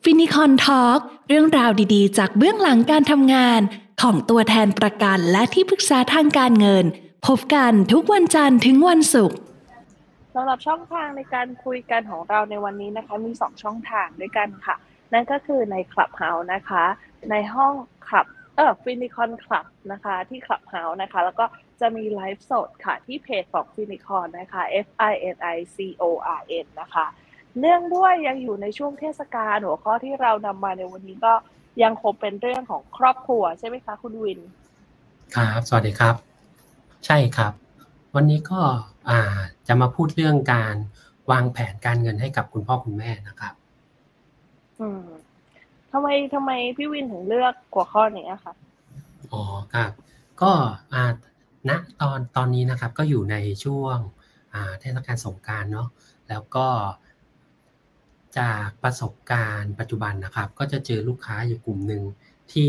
ฟินิคอนทอล์กเรื่องราวดีๆจากเบื้องหลังการทำงานของตัวแทนประกันและที่ปรึกษาทางการเงินพบกันทุกวันจันทร์ถึงวันศุกร์สำหรับช่องทางในการคุยกันของเราในวันนี้นะคะมี2ช่องทางด้วยกันค่ะนั่นก็คือใน Clubhouse นะคะในห้อง Club Finicon Club นะคะที่ Clubhouse นะคะแล้วก็จะมีไลฟ์สดค่ะที่เพจของ Finicon นะคะ FINICORN นะคะเนื่องด้วยยังอยู่ในช่วงเทศกาลหัวข้อที่เรานำมาในวันนี้ก็ยังคงเป็นเรื่องของครอบครัวใช่ไหมคะคุณวินครับสวัสดีครับใช่ครับวันนี้ก็จะมาพูดเรื่องการวางแผนการเงินให้กับคุณพ่อคุณแม่นะครับอืมทำไมพี่วินถึงเลือกหัวข้อนี้คะอ๋อครับก็ณตอนนี้นะครับก็อยู่ในช่วงเทศกาลสงกรานต์เนาะแล้วก็จากประสบการณ์ปัจจุบันนะครับก็จะเจอลูกค้าอยู่กลุ่มหนึ่งที่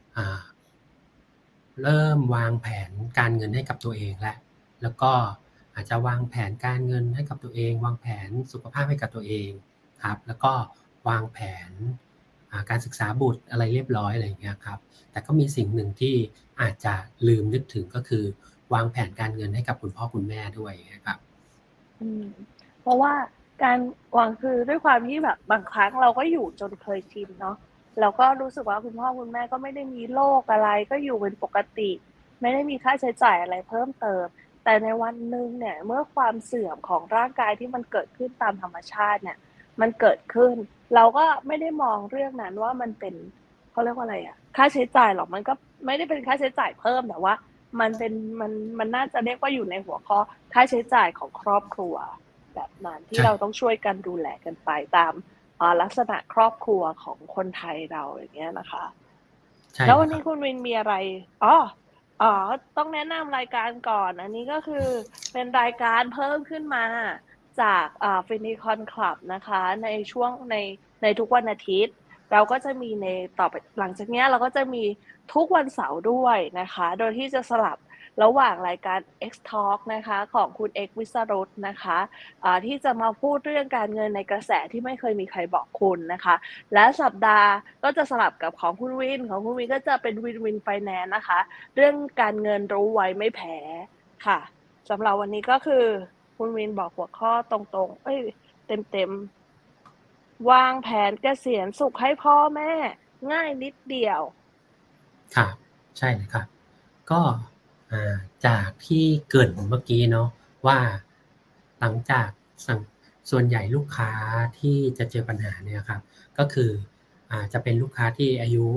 เริ่มวางแผนการเงินให้กับตัวเองแล้วก็อาจจะวางแผนการเงินให้กับตัวเองวางแผนสุขภาพให้กับตัวเองครับแล้วก็วางแผนการศึกษาบุตรอะไรเรียบร้อยอะไรอย่างเงี้ยครับแต่ก็มีสิ่งหนึ่งที่อาจจะลืมนึกถึงก็คือวางแผนการเงินให้กับคุณพ่อคุณแม่ด้วยครับเพราะว่าการวางคือด้วยความที่แบบบางครั้งเราก็อยู่จนเคยชินเนาะเราก็รู้สึกว่าคุณพ่อคุณแม่ก็ไม่ได้มีโรคอะไรก็อยู่เป็นปกติไม่ได้มีค่าใช้จ่ายอะไรเพิ่มเติมแต่ในวันหนึ่งเนี่ยเมื่อความเสื่อมของร่างกายที่มันเกิดขึ้นตามธรรมชาติเนี่ยมันเกิดขึ้นเราก็ไม่ได้มองเรื่องนั้นว่ามันเป็นเขาเรียกว่าอะไรอะค่าใช้จ่ายหรอกมันก็ไม่ได้เป็นค่าใช้จ่ายเพิ่มแต่ว่ามันเป็นมันน่าจะเรียกว่าอยู่ในหัวข้อค่าใช้จ่ายของครอบครัวแบบนั้นที่เราต้องช่วยกันดูแลกันไปตามลักษณะครอบครัวของคนไทยเราอย่างเงี้ยนะคะแล้ววันนี้คุณวินมีอะไรต้องแนะนำรายการก่อนอันนี้ก็คือเป็นรายการเพิ่มขึ้นมาจากFinicon Club นะคะในช่วงในทุกวันอาทิตย์เราก็จะมีในต่อไปหลังจากนี้เราก็จะมีทุกวันเสาร์ด้วยนะคะโดยที่จะสลับระหว่างรายการ X Talk นะคะของคุณ X วิสรุตนะคะที่จะมาพูดเรื่องการเงินในกระแสที่ไม่เคยมีใครบอกคุณนะคะและสัปดาห์ก็จะสลับกับของคุณวินก็จะเป็นวินวินไฟแนนซ์นะคะเรื่องการเงินรู้ไว้ไม่แพ้ค่ะสำหรับวันนี้ก็คือคุณวินบอกหัวข้อตรงๆเต็มๆวางแผนเกษียณสุขให้พ่อแม่ง่ายนิดเดียวครับใช่เลยครับก็จากที่เกริ่นเมื่อกี้เนาะว่าหลังจากส่วนใหญ่ลูกค้าที่จะเจอปัญหาเนี่ยครับก็คือจะเป็นลูกค้าที่อายุ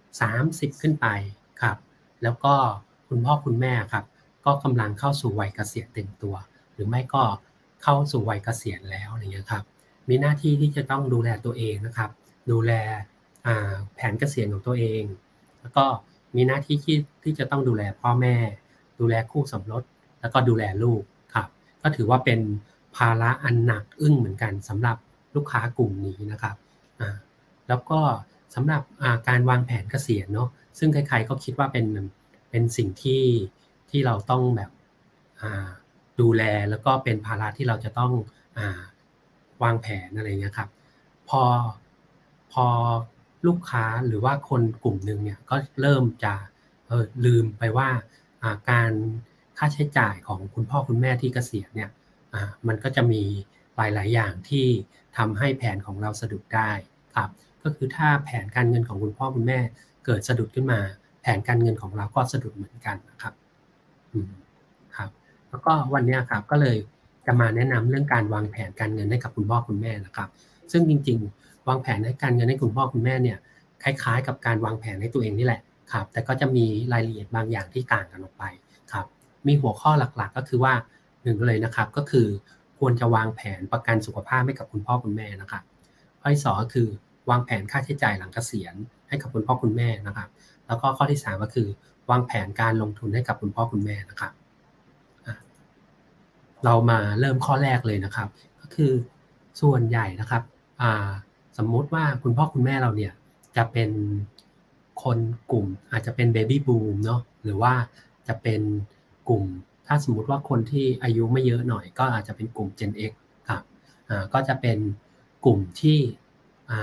30ขึ้นไปครับแล้วก็คุณพ่อคุณแม่ครับก็กำลังเข้าสู่วัยเกษียณเต็มตัวหรือไม่ก็เข้าสู่วัยเกษียณแล้วอะไรเงี้ยครับมีหน้าที่ที่จะต้องดูแลตัวเองนะครับดูแลแผนเกษียณของตัวเองแล้วก็มีหน้าที่ที่จะต้องดูแลพ่อแม่ดูแลคู่สมรสแล้วก็ดูแลลูกครับก็ถือว่าเป็นภาระอันหนักอึ้งเหมือนกันสำหรับลูกค้ากลุ่มนี้นะครับแล้วก็สำหรับการวางแผนเกษียณเนาะซึ่งใครๆก็คิดว่าเป็นสิ่งที่เราต้องแบบดูแลแล้วก็เป็นภาระที่เราจะต้องวางแผนอะไรเงี้ยครับพอลูกค้าหรือว่าคนกลุ่มหนึ่งเนี่ยก็เริ่มจะลืมไปว่าการค่าใช้จ่ายของคุณพ่อคุณแม่ที่เกษียณเนี่ยมันก็จะมีหลายๆอย่างที่ทำให้แผนของเราสะดุดได้ครับก็คือถ้าแผนการเงินของคุณพ่อคุณแม่เกิดสะดุดขึ้นมาแผนการเงินของเราก็สะดุดเหมือนกันนะครับครับแล้วก็วันนี้ครับก็เลยจะมาแนะนำเรื่องการวางแผนการเงินให้กับคุณพ่อคุณแม่นะครับซึ่งจริงๆวางแผนให้การเงินให้คุณพ่อคุณแม่เนี่ยคล้ายๆกับการวางแผนให้ตัวเองนี่แหละครับแต่ก็จะมีรายละเอียดบางอย่างที่ต่างกันออกไปครับมีหัวข้อหลักๆก็คือว่าหนึ่งเลยนะครับก็คือควรจะวางแผนประกันสุขภาพให้กับคุณพ่อคุณแม่นะครับข้อที่2ก็คือวางแผนค่าใช้จ่ายหลังเกษียณให้กับคุณพ่อคุณแม่นะครับแล้วก็ข้อที่3ก็คือวางแผนการลงทุนให้กับคุณพ่อคุณแม่นะครับเรามาเริ่มข้อแรกเลยนะครับก็คือส่วนใหญ่นะครับสมมุติว่าคุณพ่อคุณแม่เราเนี่ยจะเป็นคนกลุ่มอาจจะเป็นเบบี้บูมเนาะหรือว่าจะเป็นกลุ่มถ้าสมมุติว่าคนที่อายุไม่เยอะหน่อยก็อาจจะเป็นกลุ่ม Gen X ครับก็จะเป็นกลุ่มที่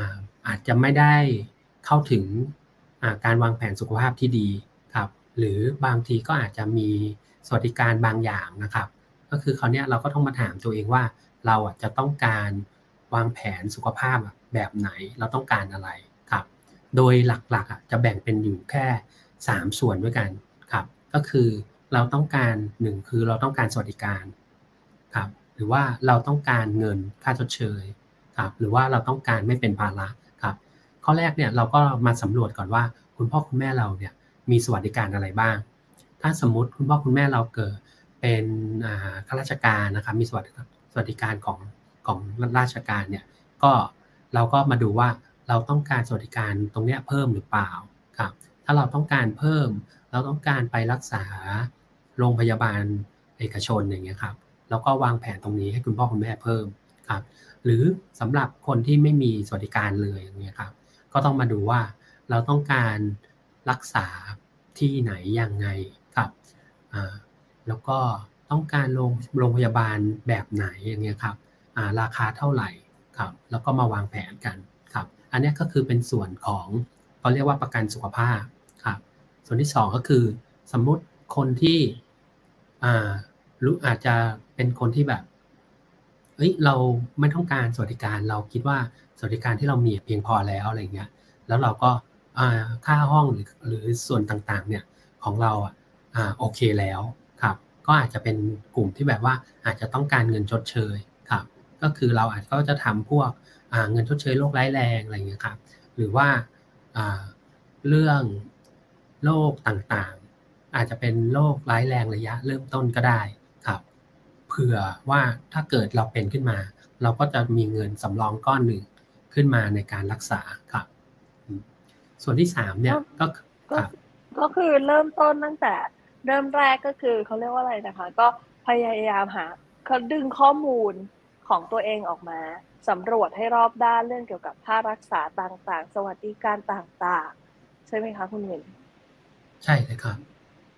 อาจจะไม่ได้เข้าถึงการวางแผนสุขภาพที่ดีครับหรือบางทีก็อาจจะมีสวัสดิการบางอย่างนะครับก็คือคราวนี้เราก็ต้องมาถามตัวเองว่าเราจะต้องการวางแผนสุขภาพแบบไหนเราต้องการอะไรครับโดยหลักๆจะแบ่งเป็นอยู่แค่3ส่วนด้วยกันครับก็คือเราต้องการ1คือเราต้องการสวัสดิการครับหรือว่าเราต้องการเงินค่าชดเชยครับหรือว่าเราต้องการไม่เป็นภาระครับข้อแรกเนี่ยเราก็มาสำรวจก่อนว่าคุณพ่อคุณแม่เราเนี่ยมีสวัสดิการอะไรบ้างถ้าสมมุติคุณพ่อคุณแม่เราเกิดเป็นข้าราชการนะครับมีสวัสดิการของราชการเนี่ยก็เราก็มาดูว่าเราต้องการสวัสดิการตรงเนี้ยเพิ่มหรือเปล่าครับถ้าเราต้องการเพิ่มเราต้องการไปรักษาโรงพยาบาลเอกชนอย่างเงี้ยครับแล้วก็วางแผนตรงนี้ให้คุณพ่อคุณแม่เพิ่มครับหรือสำหรับคนที่ไม่มีสวัสดิการเลยอย่างเงี้ยครับก็ต้องมาดูว่าเราต้องการรักษาที่ไหนยังไงครับแล้วก็ต้องการโรงพยาบาลแบบไหนอย่างเงี้ยครับราคาเท่าไหร่ครับแล้วก็มาวางแผนกันครับอันนี้ก็คือเป็นส่วนของเขาเรียกว่าประกันสุขภาพครับส่วนที่2ก็คือสมมุติคนที่รู้อาจจะเป็นคนที่แบบเราไม่ต้องการสวัสดิการเราคิดว่าสวัสดิการที่เรามีเพียงพอแล้วอะไรเงี้ยแล้วเราก็ค่าห้องหรือส่วนต่างๆเนี่ยของเราโอเคแล้วครับก็อาจจะเป็นกลุ่มที่แบบว่าอาจจะต้องการเงินชดเชยครับก็คือเราอาจก็จะทำพวกเงินชดเชยโรคร้ายแรงอะไรเงี้ยครับหรือว่าเรื่องโรคต่างๆอาจจะเป็นโรคร้ายแรงระยะเริ่มต้นก็ได้ครับเผื่อว่าถ้าเกิดเราเป็นขึ้นมาเราก็จะมีเงินสำรองก้อนหนึ่งขึ้นมาในการรักษาครับส่วนที่3เนี่ยก็คือเริ่มต้นตั้งแต่เริ่มแรกก็คือเขาเรียกว่าอะไรนะคะก็พยายามหาเขาดึงข้อมูลของตัวเองออกมาสำรวจให้รอบด้านเรื่องเกี่ยวกับค่ารักษาต่างๆสวัสดิการต่างๆใช่ไหมคะคุณวินใช่เลยครับ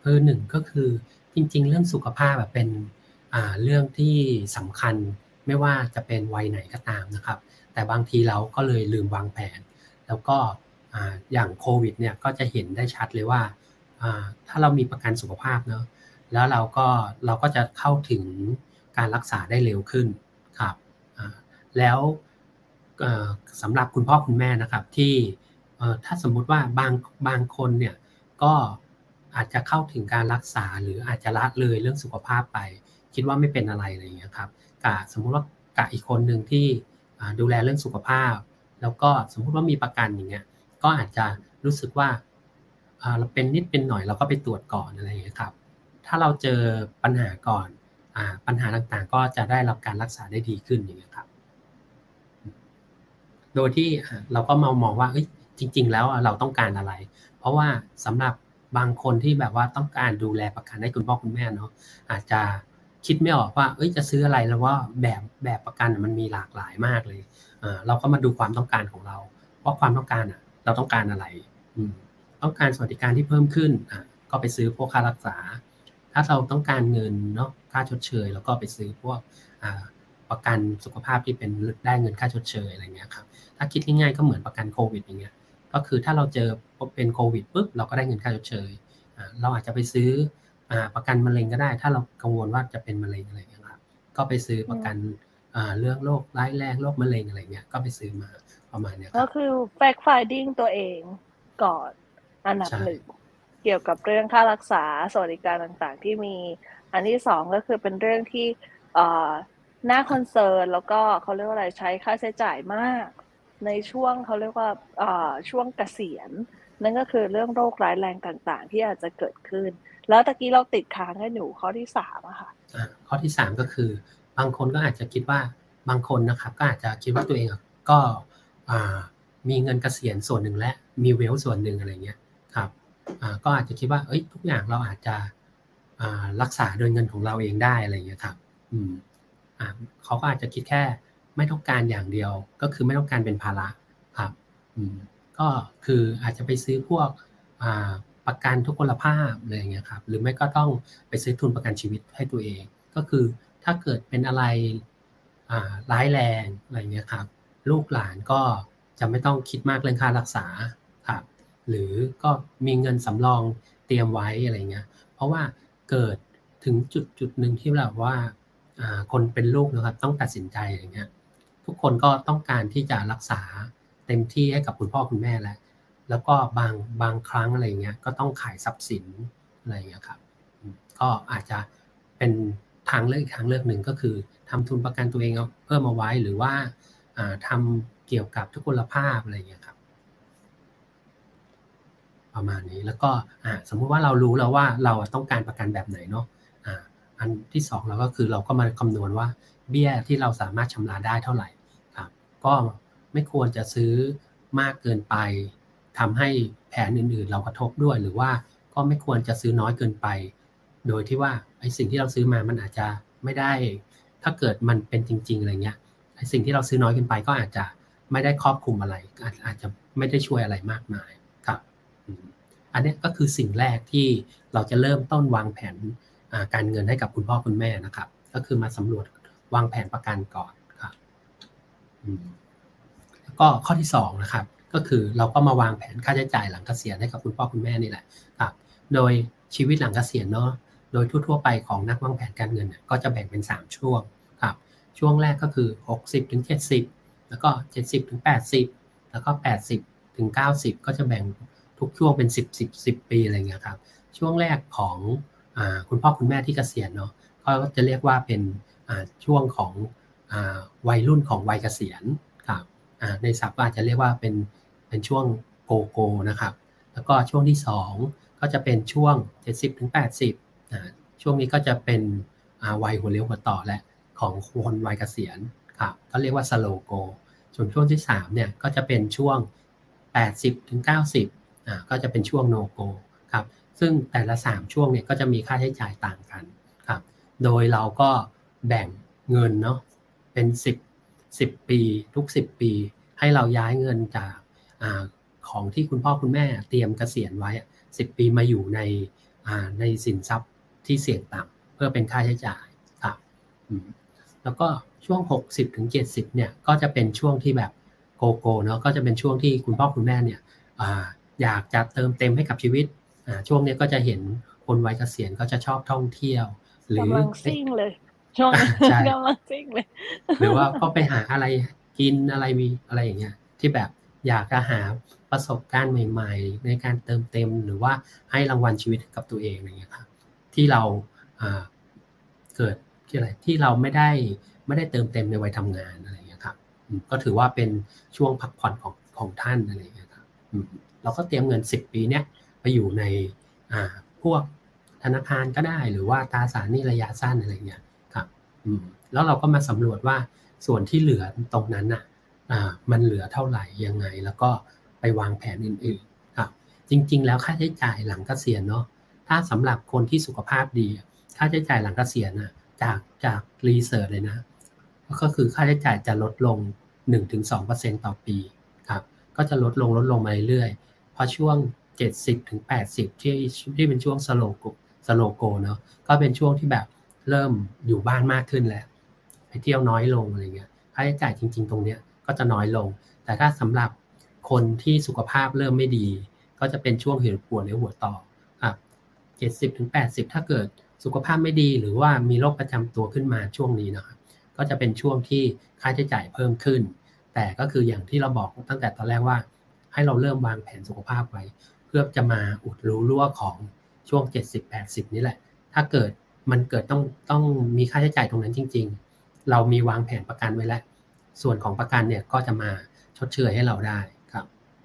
1ก็คือจริงๆเรื่องสุขภาพเป็นเรื่องที่สำคัญไม่ว่าจะเป็นวัยไหนก็ตามนะครับแต่บางทีเราก็เลยลืมวางแผนแล้วก็อย่างโควิดเนี่ยก็จะเห็นได้ชัดเลยว่าถ้าเรามีประกันสุขภาพเนาะแล้วเราก็จะเข้าถึงการรักษาได้เร็วขึ้นครับแล้วสำหรับคุณพ่อคุณแม่นะครับที่ถ้าสมมุติว่าบางคนเนี่ยก็อาจจะเข้าถึงการรักษาหรืออาจจะละเลยเรื่องสุขภาพไปคิดว่าไม่เป็นอะไรอะไรอย่างเงี้ยครับสมมุติว่ากะอีกคนหนึ่งที่ดูแลเรื่องสุขภาพแล้วก็สมมุติว่ามีประกันอย่างเงี้ยก็อาจจะรู้สึกว่าเราเป็นนิดเป็นหน่อยเราก็ไปตรวจก่อนอะไรอย่างเงี้ยครับถ้าเราเจอปัญหาก่อนปัญหาต่างๆก็จะได้รับการรักษาได้ดีขึ้นอย่างเงี้ยครับโดยที่เราก็มองว่าจริงๆแล้วเราต้องการอะไรเพราะว่าสำหรับบางคนที่แบบว่าต้องการดูแลประกันให้คุณพ่อคุณแม่เนาะอาจจะคิดไม่ออกว่าจะซื้ออะไรแล้วว่าแบบประกันมันมีหลากหลายมากเลยเราก็มาดูความต้องการของเราว่าความต้องการเราต้องการอะไรต้องการสวัสดิการที่เพิ่มขึ้นก็ไปซื้อพวกค่ารักษาถ้าเราต้องการเงินเนาะค่าชดเชยแล้วก็ไปซื้อพวกประกันสุขภาพที่เป็นได้เงินค่าชดเชยอะไรเงี้ยครับถ้าคิดง่ายๆก็เหมือนประกันโควิดอย่างเงี้ยก็คือถ้าเราเจอเป็นโควิดปุ๊บเราก็ได้เงินค่าชดเชยเราอาจจะไปซื้อประกันมะเร็งก็ได้ถ้าเรากังวลว่าจะเป็นมะเร็งอะไรเงี้ยครับก็ไปซื้อประกันเรื่องโรคร้ายแรงโรคมะเร็งอะไรเงี้ยก็ไปซื้อมาประมาณเนี้ยก็คือ fact finding ตัวเองก่อนอันดับหนึ่งเกี่ยวกับเรื่องค่ารักษาสวัสดิการต่างๆที่มีอันที่2ก็คือเป็นเรื่องที่น่าคอนเซิร์นแล้วก็เขาเรียกว่าอะไรใช้ค่าใช้จ่ายมากในช่วงเขาเรียกว่าช่วงเกษียณนั่นก็คือเรื่องโรคร้ายแรงต่างๆที่อาจจะเกิดขึ้นแล้วตะกี้เราติดค้างกันอยู่ข้อที่3อะค่ะข้อที่3ก็คือบางคนก็อาจจะคิดว่าบางคนนะครับก็อาจจะคิดว่าตัวเองก็มีเงินเกษียณส่วนหนึ่งและมีเวลส่วนหนึ่งอะไรเงี้ยครับก็อาจจะคิดว่าทุกอย่างเราอาจจะรักษาโดยเงินของเราเองได้อะไรเงี้ยครับเขาก็อาจจะคิดแค่ไม่ต้องการอย่างเดียวก็คือไม่ต้องการเป็นภาระครับก็คืออาจจะไปซื้อพวกประกันทุกพลภาพอะไรอย่างเงี้ยครับหรือไม่ก็ต้องไปซื้อทุนประกันชีวิตให้ตัวเองก็คือถ้าเกิดเป็นอะไรร้ายแรงอะไรเงี้ยครับลูกหลานก็จะไม่ต้องคิดมากเรื่องค่ารักษาครับหรือก็มีเงินสำรองเตรียมไว้อะไรเงี้ยเพราะว่าเกิดถึงจุดหนึ่งที่แบบว่าคนเป็นลูกนะครับต้องตัดสินใจอย่างเงี้ยทุกคนก็ต้องการที่จะรักษาเต็มที่ให้กับคุณพ่อคุณแม่แล้วก็บางครั้งอะไรเงี้ยก็ต้องขายทรัพย์สินอะไรเงี้ยครับก็อาจจะเป็นทางเลือกอีกทางเลือกหนึ่งก็คือทำทุนประกันตัวเองเพิ่มเอาไว้หรือว่าทำเกี่ยวกับทุพพลภาพอะไรเงี้ยครับประมาณนี้แล้วก็สมมุติว่าเรารู้แล้วว่าเราต้องการประกันแบบไหนเนาะอันที่สองเราก็คือเราก็มาคำนวณว่าเบี้ยที่เราสามารถชำระได้เท่าไหร่ครับก็ไม่ควรจะซื้อมากเกินไปทำให้แผนอื่นๆเรากระทบด้วยหรือว่าก็ไม่ควรจะซื้อน้อยเกินไปโดยที่ว่าไอ้สิ่งที่เราซื้อมามันอาจจะไม่ได้ถ้าเกิดมันเป็นจริงๆอะไรเงี้ยไอ้สิ่งที่เราซื้อน้อยเกินไปก็อาจจะไม่ได้ครอบคลุมอะไรอาจจะไม่ได้ช่วยอะไรมากมายครับอันนี้ก็คือสิ่งแรกที่เราจะเริ่มต้นวางแผนการเงินให้กับคุณพ่อคุณแม่นะครับก็คือมาสำรวจวางแผนประกันก่อนครับแล้วก็ข้อที่2นะครับก็คือเราก็มาวางแผนค่าใช้จ่ายหลังเกษียณให้กับคุณพ่อคุณแม่นี่แหละครับโดยชีวิตหลังเกษียณเนาะโดยทั่วๆไปของนักวางแผนการเงินก็จะแบ่งเป็น3ช่วงครับช่วงแรกก็คือ60ถึง70แล้วก็70ถึง80แล้วก็80ถึง90ก็จะแบ่งทุกช่วงเป็น10ปีอะไรเงี้ยครับช่วงแรกของคุณพ่อคุณแม่ที่เกษียณเนาะก็จะเรียกว่าเป็นช่วงของวัยรุ่นของวัยเกษียณครับในศัพท์ก็อาจจะเรียกว่าเป็นช่วงโกนะครับแล้วก็ช่วงที่2ก็จะเป็นช่วง70ถึง80ช่วงนี้ก็จะเป็นวัยหัวเลี้ยวหัวต่อและของคนวัยเกษียณครับก็เรียกว่าสโลโกส่วนช่วงที่3เนี่ยก็จะเป็นช่วง80ถึง90ก็จะเป็นช่วงโนโกครับซึ่งแต่ละ3ช่วงเนี่ยก็จะมีค่าใช้จ่ายต่างกันครับโดยเราก็แบ่งเงินเนาะเป็น10ปีทุก10ปีให้เราย้ายเงินจากของที่คุณพ่อคุณแม่เตรียมเกษียณไว้10ปีมาอยู่ในสินทรัพย์ที่เสี่ยงต่ำเพื่อเป็นค่าใช้จ่ายครับแล้วก็ช่วง60ถึง70เนี่ยก็จะเป็นช่วงที่แบบโกเนาะก็จะเป็นช่วงที่คุณพ่อคุณแม่เนี่ยอยากจะเติมเต็มให้กับชีวิตช่วงนี้ก็จะเห็นคนวัยเกษียณก็จะชอบท่องเที่ยวหรือกำลังซิ่งเลยช่วงนั้นกำลังซิ่งเลยหรือว่าก็ไปหาอะไรกินอะไรมีอะไรอย่างเงี้ยที่แบบอยากจะหาประสบการณ์ใหม่ๆในการเติมเต็มหรือว่าให้รางวัลชีวิตกับตัวเองอะไรเงี้ยครับที่เราเกิดที่เราไม่ได้เติมเต็มในวัยทำงานอะไรเงี้ยครับก็ถือว่าเป็นช่วงพักผ่อนของท่านอะไรเงี้ยครับเราก็เตรียมเงิน10ปีเนี้ยไปอยู่ในพวกธนาคารก็ได้หรือว่าตราสารหนี้ระยะสั้นอะไรเงี้ยครับแล้วเราก็มาสำรวจว่าส่วนที่เหลือตรงนั้นน่ะมันเหลือเท่าไหร่ยังไงแล้วก็ไปวางแผนอื่นๆครับจริงๆแล้วค่าใช้จ่ายหลังเกษียณเนาะถ้าสำหรับคนที่สุขภาพดีค่าใช้จ่ายหลังเกษียณน่ะจากรีเสิร์ชเลยนะก็คือค่าใช้จ่ายจะลดลง 1-2% ต่อปีครับก็จะลดลงมาเรื่อยๆพอช่วง70ถึง80ที่เป็นช่วงสโลโกเนาะก็เป็นช่วงที่แบบเริ่มอยู่บ้านมากขึ้นแล้วไปเที่ยวน้อยลงอะไรเงี้ยค่าใช้จ่ายจริงๆตรงเนี้ยก็จะน้อยลงแต่ถ้าสำหรับคนที่สุขภาพเริ่มไม่ดีก็จะเป็นช่วงหัวเลี้ยวหัวต่อครับ70ถึง80ถ้าเกิดสุขภาพไม่ดีหรือว่ามีโรคประจำตัวขึ้นมาช่วงนี้นะครับก็จะเป็นช่วงที่ค่าใช้จ่ายเพิ่มขึ้นแต่ก็คืออย่างที่เราบอกตั้งแต่ตอนแรกว่าให้เราเริ่มวางแผนสุขภาพไว้เพื่อจะมาอุดรูรั่วของช่วง70-80นี่แหละถ้าเกิดมันเกิดต้องมีค่าใช้จ่ายตรงนั้นจริงๆเรามีวางแผนประกันไว้แล้วส่วนของประกันเนี่ยก็จะมาชดเชยให้เราได้ครับ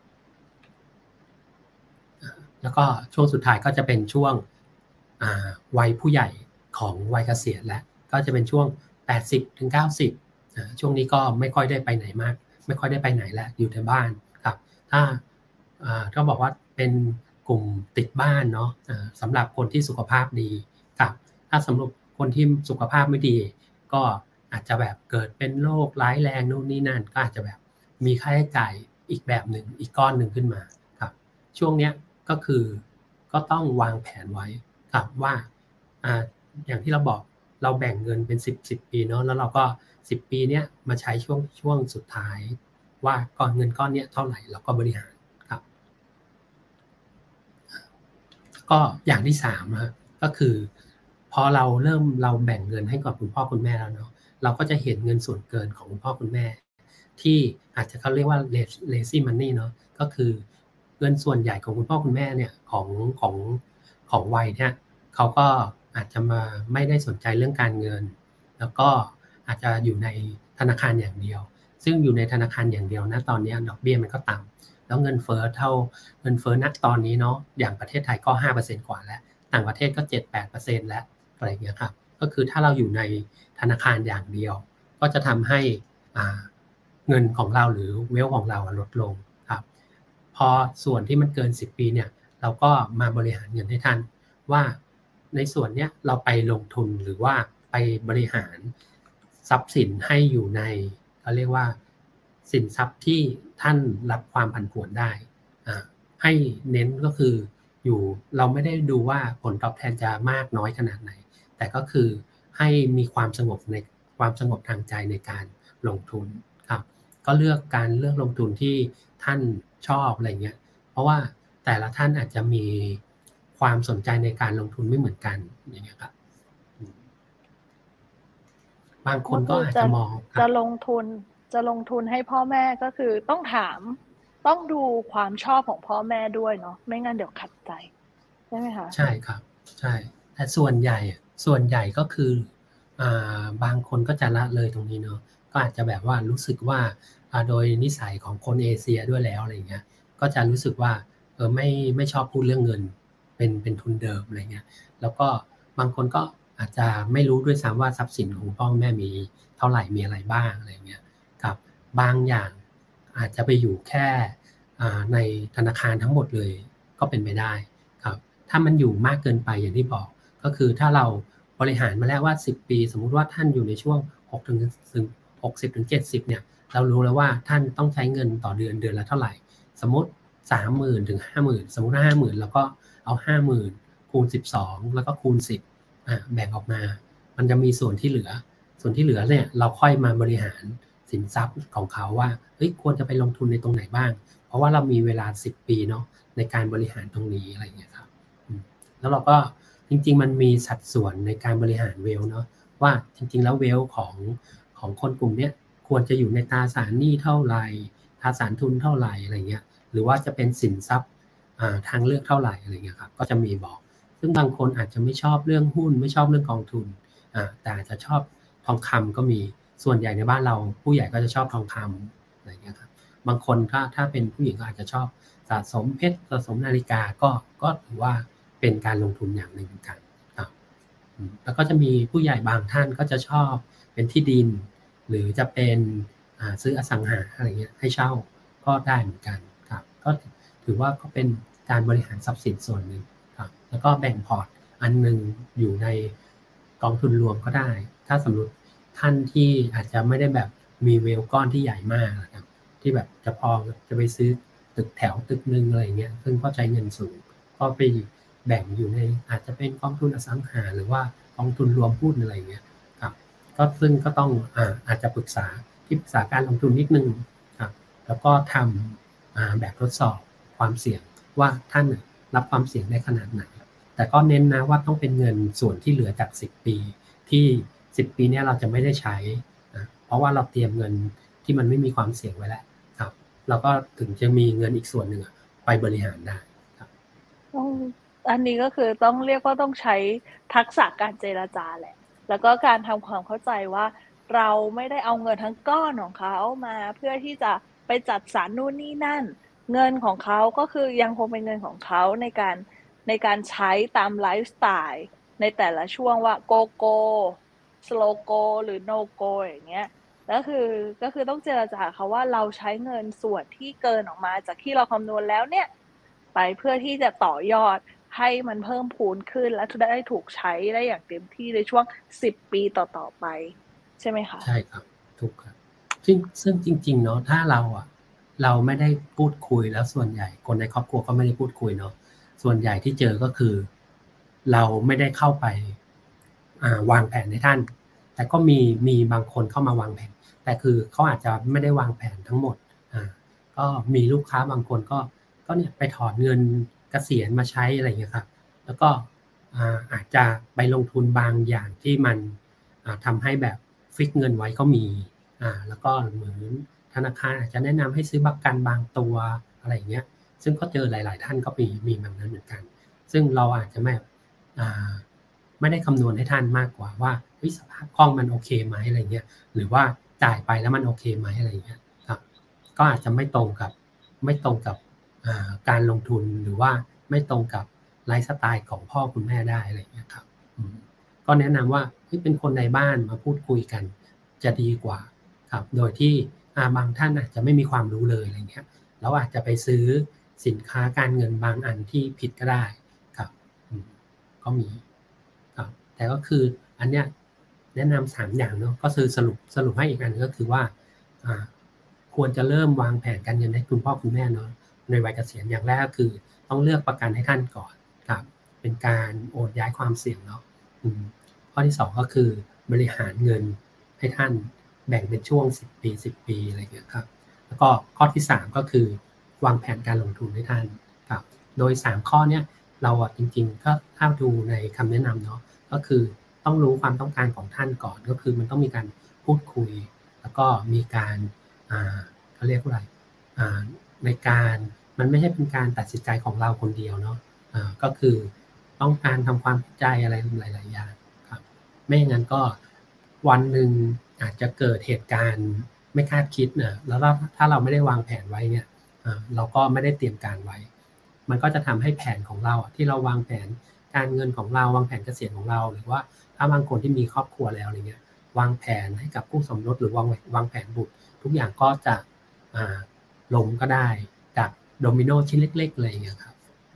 แล้วก็ช่วงสุดท้ายก็จะเป็นช่วงวัยผู้ใหญ่ของวัยเกษียณแล้วก็จะเป็นช่วง80ถึง90ช่วงนี้ก็ไม่ค่อยได้ไปไหนมากไม่ค่อยได้ไปไหนแล้วอยู่ในบ้านครับถ้าบอกว่าเป็นกลุ่มติดบ้านเนาะสำหรับคนที่สุขภาพดีครับถ้าสำหรับคนที่สุขภาพไม่ดีก็อาจจะแบบเกิดเป็นโรคร้ายแรงนู่นนี่นั่นก็อาจจะแบบมีค่าใช้จ่ายอีกแบบหนึ่งอีกก้อนหนึ่งขึ้นมาครับช่วงเนี้ยก็คือก็ต้องวางแผนไว้ครับว่าอย่างที่เราบอกเราแบ่งเงินเป็น10ปีเนาะแล้วเราก็10ปีเนี้ยมาใช้ช่วงสุดท้ายว่าเงินก้อนเนี้ยเท่าไหร่เราก็บริหารครับก็อย่างที่3นะก็คือพอเราแบ่งเงินให้กับคุณพ่อคุณแม่แล้วเนาะเราก็จะเห็นเงินส่วนเกินของคุณพ่อคุณแม่ที่อาจจะเขาเรียกว่า lazy money เนาะก็คือเงินส่วนใหญ่ของคุณพ่อคุณแม่เนี่ยของวัยเนี่ยเขาก็อาจจะมาไม่ได้สนใจเรื่องการเงินแล้วก็อาจจะอยู่ในธนาคารอย่างเดียวซึ่งอยู่ในธนาคารอย่างเดียวนะตอนนี้ดอกเบี้ยมันก็ต่ำแล้วเงินเฟ้อณตอนนี้เนาะอย่างประเทศไทยก็ 5% กว่าแล้วต่างประเทศก็ 7-8% แล้วอะไรอย่างเงี้ยครับก็คือถ้าเราอยู่ในธนาคารอย่างเดียวก็จะทำให้เงินของเราหรือเวลของเราลดลงครับพอส่วนที่มันเกิน10ปีเนี่ยเราก็มาบริหารเงินให้ท่านว่าในส่วนเนี้ยเราไปลงทุนหรือว่าไปบริหารทรัพย์สินให้อยู่ในเขาเรียกว่าสินทรัพย์ที่ท่านรับความผันผวนได้ให้เน้นก็คืออยู่เราไม่ได้ดูว่าผลตอบแทนจะมากน้อยขนาดไหนแต่ก็คือให้มีความสงบทางใจในการลงทุนครับก็เลือกลงทุนที่ท่านชอบอะไรเงี้ยเพราะว่าแต่ละท่านอาจจะมีความสนใจในการลงทุนไม่เหมือนกันอย่างเงี้ยครับบางคนก็อาจจะมองจะลงทุนให้พ่อแม่ก็คือต้องดูความชอบของพ่อแม่ด้วยเนาะไม่งั้นเดี๋ยวขัดใจใช่ไหมคะใช่ครับใช่แต่ส่วนใหญ่ก็คือบางคนก็จะละเลยตรงนี้เนาะก็อาจจะแบบว่ารู้สึกว่าโดยนิสัยของคนเอเชียด้วยแล้วอะไรเงี้ยก็จะรู้สึกว่าไม่ชอบพูดเรื่องเงินเป็นทุนเดิมอะไรเงี้ยแล้วก็บางคนก็อาจจะไม่รู้ด้วยซ้ำว่าทรัพย์สินของพ่อแม่มีเท่าไหร่มีอะไรบ้างอะไรเงี้ยกับบางอย่างอาจจะไปอยู่แค่ในธนาคารทั้งหมดเลยก็เป็นไปได้ครับถ้ามันอยู่มากเกินไปอย่างที่บอกก็คือถ้าเราบริหารมาแล้วว่า10ปีสมมุติว่าท่านอยู่ในช่วง60 ถึง 70เนี่ยเรารู้แล้วว่าท่านต้องใช้เงินต่อเดือนละเท่าไหร่สมมุติ 30,000 ถึง 50,000 สมมุติ 50,000 แล้วก็เอา 50,000 คูณ 12แล้วก็คูณ10แบ่งออกมามันจะมีส่วนที่เหลือเนี่ยเราค่อยมาบริหารสินทรัพย์ของเขาว่าควรจะไปลงทุนในตรงไหนบ้างเพราะว่าเรามีเวลา10ปีเนาะในการบริหารตรงนี้อะไรอย่างเงี้ยครับแล้วเราก็จริงๆมันมีสัดส่วนในการบริหารเวลเนาะว่าจริงๆแล้วเวลของคนกลุ่มนี้ควรจะอยู่ในตราสารหนี้เท่าไหร่ตราสารทุนเท่าไหร่อะไรเงี้ยหรือว่าจะเป็นสินทรัพย์ทางเลือกเท่าไหร่อะไรเงี้ยครับก็จะมีบอกซึ่งบางคนอาจจะไม่ชอบเรื่องหุ้นไม่ชอบเรื่องกองทุนแต่อาจจะชอบทองคำก็มีส่วนใหญ่ในบ้านเราผู้ใหญ่ก็จะชอบทองคำอะไรเงี้ยครับบางคนถ้าเป็นผู้หญิงก็อาจจะชอบสะสมเพชรสะสมนาฬิกาก็ถือว่าเป็นการลงทุนอย่างหนึ่งเหมือนกันครับแล้วก็จะมีผู้ใหญ่บางท่านก็จะชอบเป็นที่ดินหรือจะเป็นซื้ออสังหาอะไรเงี้ยให้เช่าก็ได้เหมือนกันครับก็ถือว่าก็เป็นการบริหารทรัพย์สินส่วนหนึ่งครับแล้วก็แบ่งพอร์ตอันนึงอยู่ในกองทุนรวมก็ได้ถ้าสมมติท่านที่อาจจะไม่ได้แบบมีเวลก้อนที่ใหญ่มากนะครับที่แบบจะไปซื้อตึกแถวตึกนึงอะไรเงี้ยซึ่งก็ใช้เงินสูงก็ไปแบ่งอยู่ในอาจจะเป็นกองทุนอสังหาหรือว่ากองทุนรวมหุ้นอะไรเงี้ยครับก็ซึ่งก็ต้องอาจจะปรึกษาการลงทุนนิดนึงครับแล้วก็ทำแบบทดสอบความเสี่ยงว่าท่านรับความเสี่ยงได้ขนาดไหนแต่ก็เน้นนะว่าต้องเป็นเงินส่วนที่เหลือจาก10ปีที่10ปีนี้เราจะไม่ได้ใช้เพราะว่าเราเตรียมเงินที่มันไม่มีความเสี่ยงไว้แล้วครับเราก็ถึงจะมีเงินอีกส่วนหนึ่งไปบริหารได้ครับอันนี้ก็คือต้องเรียกว่าต้องใช้ทักษะการเจรจาแหละแล้วก็การทำความเข้าใจว่าเราไม่ได้เอาเงินทั้งก้อนของเขามาเพื่อที่จะไปจัดสรรนู่นนี่นั่นเงินของเขาก็คือยังคงเป็นเงินของเขาในการใช้ตามไลฟ์สไตล์ในแต่ละช่วงว่าโกโก้สโลโกหรือโนโกอย่างเงี้ยก็คือต้องเจรจาเขาว่าเราใช้เงินส่วนที่เกินออกมาจากที่เราคำนวณแล้วเนี่ยไปเพื่อที่จะต่อยอดให้มันเพิ่มพูนขึ้นและจะได้ถูกใช้ได้อย่างเต็มที่ในช่วง10ปีต่อไปใช่ไหมคะใช่ครับถูกครับซึ่งจริงๆเนาะถ้าเราไม่ได้พูดคุยแล้วส่วนใหญ่คนในครอบครัวก็ไม่ได้พูดคุยเนาะส่วนใหญ่ที่เจอก็คือเราไม่ได้เข้าไปวางแผนให้ท่านแต่ก็มีบางคนเข้ามาวางแผนแต่คือเขาอาจจะไม่ได้วางแผนทั้งหมดก็มีลูกค้าบางคนก็เนี่ยไปถอนเงินเกษียณมาใช้อะไรอย่างเงี้ยครับแล้วก็อาจจะไปลงทุนบางอย่างที่มันทำให้แบบฟิกเงินไว้ก็มีแล้วก็เหมือนธนาคารอาจจะแนะนำให้ซื้อประกันบางตัวอะไรอย่างเงี้ยซึ่งก็เจอหลายๆท่านก็มีแบบนั้นเหมือนกันซึ่งเราอาจจะไม่ได้คำนวณให้ท่านมากกว่าว่าสภาพคล่องมันโอเคไหมอะไรเงี้ยหรือว่าจ่ายไปแล้วมันโอเคไหมอะไรเงี้ยครับก็อาจจะไม่ตรงกับการลงทุนหรือว่าไม่ตรงกับไลฟ์สไตล์ของพ่อคุณแม่ได้อะไรเงี้ยครับก็แนะนำว่าเป็นคนในบ้านมาพูดคุยกันจะดีกว่าครับโดยที่บางท่านอาจจะไม่มีความรู้เลยอะไรเงี้ยเราอาจจะไปซื้อสินค้าการเงินบางอันที่ผิดก็ได้ครับก็มีครับแต่ก็คืออันเนี้ยแนะนำ3อย่างเนาะก็คือสรุปให้อีกอันก็คือว่าควรจะเริ่มวางแผนการเงินให้คุณพ่อคุณแม่เนาะในวัยเกษียณอย่างแรกก็คือต้องเลือกประกันให้ท่านก่อนครับเป็นการโอนย้ายความเสี่ยงเนาะข้อที่2ก็คือบริหารเงินให้ท่านแบ่งเป็นช่วง10 ปีอะไรอย่างเงี้ยครับแล้วก็ข้อที่3ก็คือวางแผนการลงทุนให้ท่านครับโดย3ข้อเนี้ยเราจริงๆก็ถ้าดูในคำแนะนำเนาะก็คือต้องรู้ความต้องการของท่านก่อนก็คือมันต้องมีการพูดคุยแล้วก็มีการเขาเรียกว่าอะไรในการมันไม่ใช่เป็นการตัดสินใจของเราคนเดียวเนาะก็คือต้องการทำความเข้าใจอะไรหลายๆอย่างครับไม่อย่างนั้นก็วันหนึ่งอาจจะเกิดเหตุการณ์ไม่คาดคิดนะแล้วถ้าเราไม่ได้วางแผนไว้เนี่ยเราก็ไม่ได้เตรียมการไว้มันก็จะทำให้แผนของเราที่เราวางแผนการเงินของเราวางแผนเกษียณของเราหรือว่าถ้าบางคนที่มีครอบครัวแล้วอะไรเงี้ยวางแผนให้กับคู่สมรสหรือวางแผนบุตรทุกอย่างก็จะล้มก็ได้จากโดมิโนชิ้นเล็กๆเลยอย่างเงี้ยครับ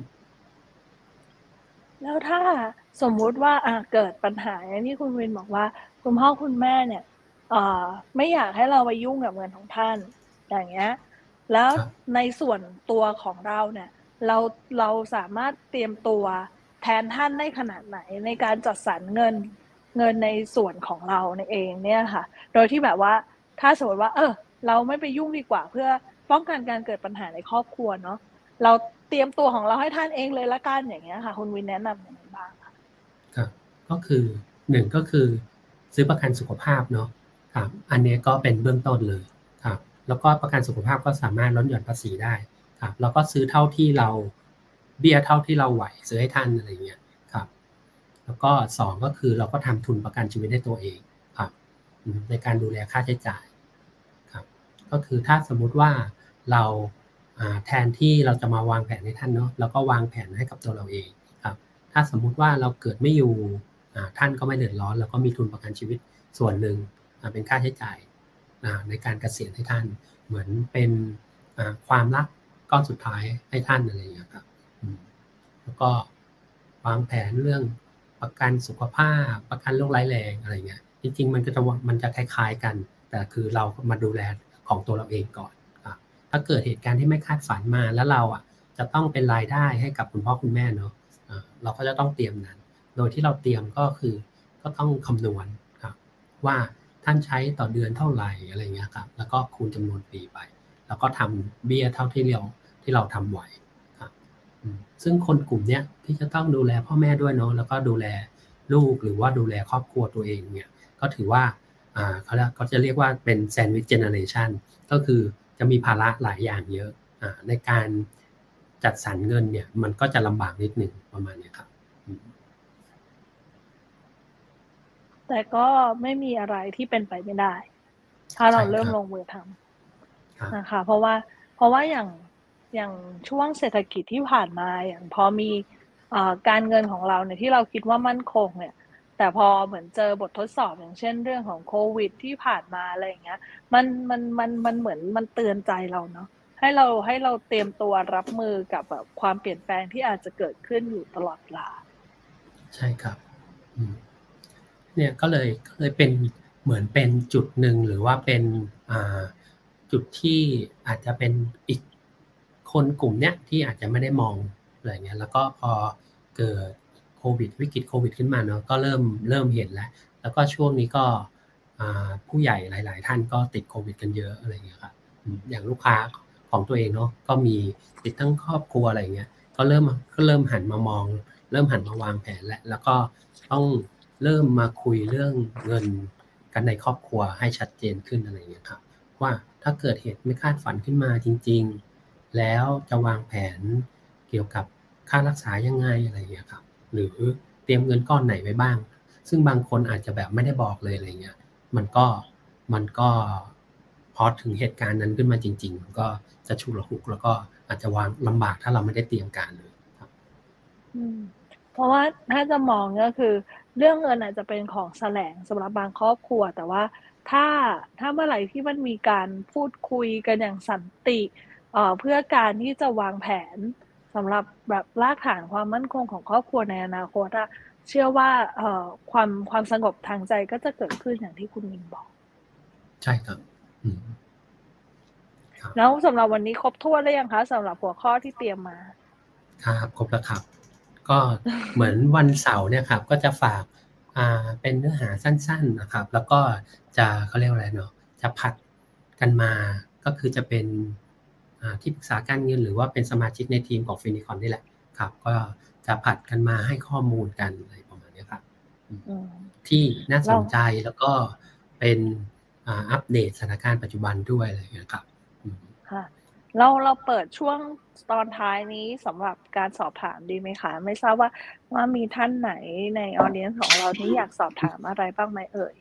แล้วถ้าสมมุติว่าเกิดปัญหาอย่างที่คุณวินบอกว่าคุณพ่อคุณแม่เนี่ยไม่อยากให้เราไปยุ่งกับเงินของท่านอย่างเงี้ยแล้วในส่วนตัวของเราเนี่ยเราสามารถเตรียมตัวแทนท่านได้ขนาดไหนในการจัดสรรเงินในส่วนของเราเองเนี่ยค่ะโดยที่แบบว่าถ้าสมมติว่าเราไม่ไปยุ่งดีกว่าเพื่อป้องกันการเกิดปัญหาในครอบครัวเนาะเราเตรียมตัวของเราให้ท่านเองเลยละกันอย่างเงี้ยค่ะคุณวินแนะนำยังไงบ้างคะครับก็คือ1ก็คือซื้อประกันสุขภาพเนาะครับอันนี้ก็เป็นเบื้องต้นเลยครับแล้วก็ประกันสุขภาพก็สามารถลดหย่อนภาษีได้ครับแล้วก็ซื้อเท่าที่เราเบี้ยเท่าที่เราไหวซื้อให้ท่านอะไรเงี้ยครับแล้วก็2ก็คือเราก็ทำทุนประกันชีวิตให้ตัวเองครับในการดูแลค่าใช้จ่ายครับก็คือถ้าสมมุติว่าเราแทนที่เราจะมาวางแผนให้ท่านเนาะเราก็วางแผนให้กับตัวเราเองครับถ้าสมมุติว่าเราเกิดไม่อยู่ท่านก็ไม่เดือดร้อนแล้วก็มีทุนประกันชีวิตส่วนหนึ่งเป็นค่าใช้จ่ายในการเกษียณให้ท่านเหมือนเป็นความรักก้อนสุดท้ายให้ท่านอะไรอย่างเงี้ยครับแล้วก็วางแผนเรื่องประกันสุขภาพประกันโรคร้ายแรงอะไรเงี้ยจริงๆมันจะคล้ายๆกันแต่คือเรามาดูแลของตัวเราเองก่อนครับถ้าเกิดเหตุการณ์ที่ไม่คาดฝันมาแล้วเราจะต้องเป็นรายได้ให้กับคุณพ่อคุณแม่เนาะเราก็จะต้องเตรียมนั้นโดยที่เราเตรียมก็คือก็ต้องคำนวณครับว่าท่านใช้ต่อเดือนเท่าไหร่อะไรเงี้ยครับแล้วก็คูณจำนวนปีไปแล้วก็ทำเบี้ยเท่าที่เราทำไหวครับซึ่งคนกลุ่มเนี้ยที่จะต้องดูแลพ่อแม่ด้วยเนาะแล้วก็ดูแลลูกหรือว่าดูแลครอบครัวตัวเองเนี่ยก็ถือว่าเขาจะเรียกว่าเป็นแซนด์วิชเจเนอเรชันก็คือจะมีภาระหลายอย่างเยอะในการจัดสรรเงินเนี่ยมันก็จะลำบากนิดหนึ่งประมาณนี้ครับแต่ก็ไม่มีอะไรที่เป็นไปไม่ได้ถ้าเราเริ่มลงมือทำนะคะเพราะว่าอย่างช่วงเศรษฐกิจที่ผ่านมาอย่างพอมีการเงินของเราเนี่ยที่เราคิดว่ามั่นคงเนี่ยแต่พอเหมือนเจอบททดสอบอย่างเช่นเรื่องของโควิดที่ผ่านมาอะไรอย่างเงี้ยมันเหมือนมันเตือนใจเราเนาะให้เราเตรียมตัวรับมือกับแบบความเปลี่ยนแปลงที่อาจจะเกิดขึ้นอยู่ตลอดเวลาใช่ครับเนี่ยก็เลยเป็นเหมือนเป็นจุดหนึ่งหรือว่าเป็นจุดที่อาจจะเป็นอีกคนกลุ่มเนี้ยที่อาจจะไม่ได้มองอะไรเงี้ยแล้วก็พอเกิดวิกฤตโควิดขึ้นมาเนาะก็เริ่มเห็นแล้วก็ช่วงนี้ก็ผู้ใหญ่หลายๆท่านก็ติดโควิดกันเยอะอะไรเงี้ยครับอย่างลูกค้าของตัวเองเนาะก็มีติดตั้งครอบครัวอะไรเงี้ยก็เริ่มหันมามองเริ่มหันมาวางแผนแล้วก็ต้องเริ่มมาคุยเรื่องเงินกันในครอบครัวให้ชัดเจนขึ้นอะไรเงี้ยครับว่าถ้าเกิดเหตุไม่คาดฝันขึ้นมาจริงๆแล้วจะวางแผนเกี่ยวกับค่ารักษายังไงอะไรเงี้ยครับหรือเตรียมเงินก้อนไหนไว้บ้างซึ่งบางคนอาจจะแบบไม่ได้บอกเลยอะไรเงี้ยมันก็พอถึงเหตุการณ์นั้นขึ้นมาจริงๆมันก็จะฉุกละหุกแล้วก็อาจจะวางลำบากถ้าเราไม่ได้เตรียมการเลยครับเพราะว่าถ้าจะมองก็คือเรื่องเงินอาจจะเป็นของแสลงสำหรับบางครอบครัวแต่ว่าถ้าเมื่อไหร่ที่มันมีการพูดคุยกันอย่างสันติเพื่อการที่จะวางแผนสำหรับแบบรากฐานความมั่นคงของครอบครัวในอนาคตเชื่อว่าความสงบทางใจก็จะเกิดขึ้นอย่างที่คุณมินบอกใช่ครับแล้วสำหรับวันนี้ครบถ้วนหรือยังคะสำหรับหัวข้อที่เตรียมมาครับครบแล้วครับก็เหมือนวันเสาร์เนี่ยครับก็จะฝากเป็นเนื้อหาสั้นๆนะครับแล้วก็จะเขาเรียกอะไรเนาะจะผัดกันมาก็คือจะเป็นที่ปรึกษาการเงินหรือว่าเป็นสมาชิกในทีมของฟินิคอนนี่แหละครับก็จะผัดกันมาให้ข้อมูลกันอะไรประมาณนี้ครับที่น่าสนใจแล้วก็เป็นอัปเดตสถานการณ์ปัจจุบันด้วยอะไรอย่างเงี้ยครับค่ะเราเปิดช่วงตอนท้ายนี้สำหรับการสอบถามดีไหมคะไม่ทราบว่ามีท่านไหนในออเดียนของเราที่อยากสอบถามอะไรบ้างไหมเอ่ย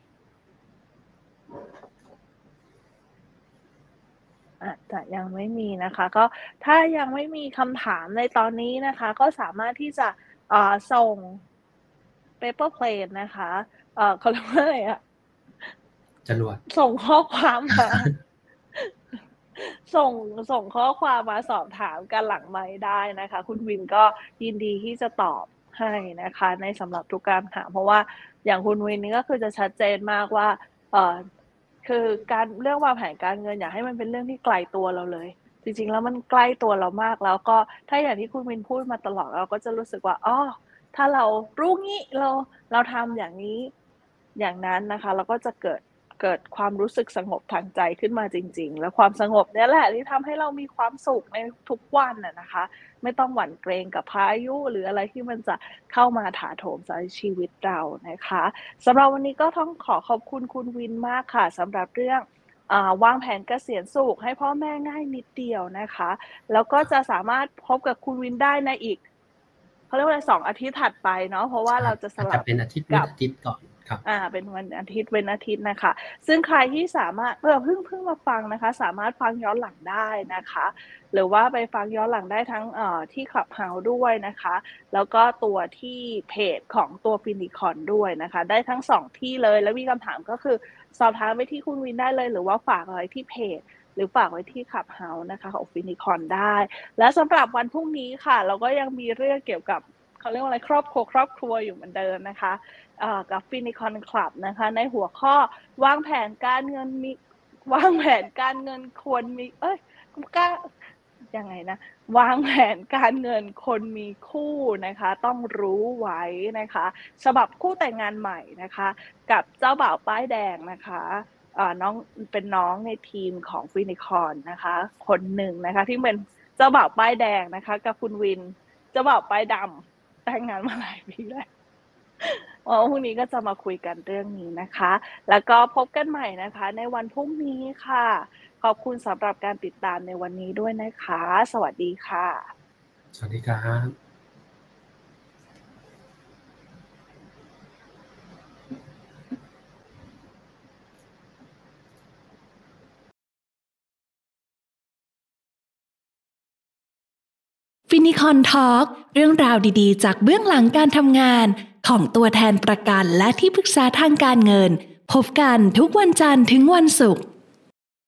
แต่ยังไม่มีนะคะก็ถ้ายังไม่มีคำถามในตอนนี้นะคะก็สามารถที่จะส่ง paper plane นะคะเขาเรียกว่าอะไรจรวดส่งข้อความมาส่งข้อความมาสอบถามกันหลังไมค์ได้นะคะคุณวินก็ยินดีที่จะตอบให้นะคะในสำหรับทุกการถามเพราะว่าอย่างคุณวินนี่ก็คือจะชัดเจนมากว่าคือการเรื่องวางแผนการเงินอยากให้มันเป็นเรื่องที่ไกลตัวเราเลยจริงๆแล้วมันใกล้ตัวเรามากแล้วก็ถ้าอย่างที่คุณวินพูดมาตลอดเราก็จะรู้สึกว่าถ้าเรารู้งี้เราทำอย่างนี้อย่างนั้นนะคะเราก็จะเกิดความรู้สึกสงบทางใจขึ้นมาจริงๆและความสงบนี่แหละที่ทำให้เรามีความสุขในทุกวันนะคะไม่ต้องหวั่นเกรงกับพายุหรืออะไรที่มันจะเข้ามาถาโถมใส่ชีวิตเรานะคะสำหรับวันนี้ก็ต้องขอบคุณคุณวินมากค่ะสำหรับเรื่องวางแผนเกษียณสุขให้พ่อแม่ง่ายนิดเดียวนะคะแล้วก็จะสามารถพบกับคุณวินได้ในอีกเขาเรียกว่า2 อาทิตย์ถัดไปเนาะเพราะว่าเราจะสลับเป็นอาทิตย์ก่อนเป็นวันอาทิตย์นะคะซึ่งใครที่สามารถเพิ่งมาฟังนะคะสามารถฟังย้อนหลังได้นะคะหรือว่าไปฟังย้อนหลังได้ทั้งที่ Clubhouse ด้วยนะคะแล้วก็ตัวที่เพจของตัวฟินิคอนด้วยนะคะได้ทั้ง2ที่เลยแล้วมีคำถามก็คือสอบถามไปที่คุณวินได้เลยหรือว่าฝากไว้ที่เพจหรือฝากไว้ที่ Clubhouse นะคะของฟินิคอนได้และสำหรับวันพรุ่งนี้ค่ะเราก็ยังมีเรื่องเกี่ยวกับเขาเรียกว่าอะไรครอบครัวอยู่เหมือนเดิมนะคะกับฟินิคอนคลับนะคะในหัวข้อวางแผนการเงินควรมียังไงนะวางแผนการเงินคนมีคู่นะคะต้องรู้ไว้นะคะฉบับคู่แต่งงานใหม่นะคะกับเจ้าบ่าวป้ายแดงนะคะน้องเป็นน้องในทีมของฟินิคอนนะคะคนหนึ่งนะคะที่เป็นเจ้าบ่าวป้ายแดงนะคะกับคุณวินเจ้าบ่าวป้ายดำแต่งงานมาหลายปีแล้วพรุ่งนี้ก็จะมาคุยกันเรื่องนี้นะคะแล้วก็พบกันใหม่นะคะในวันพรุ่งนี้ค่ะขอบคุณสำหรับการติดตามในวันนี้ด้วยนะคะสวัสดีค่ะสวัสดีครับฟินิคอนทอล์กเรื่องราวดีๆจากเบื้องหลังการทำงานของตัวแทนประกันและที่ปรึกษาทางการเงินพบกันทุกวันจันทร์ถึงวันศุกร์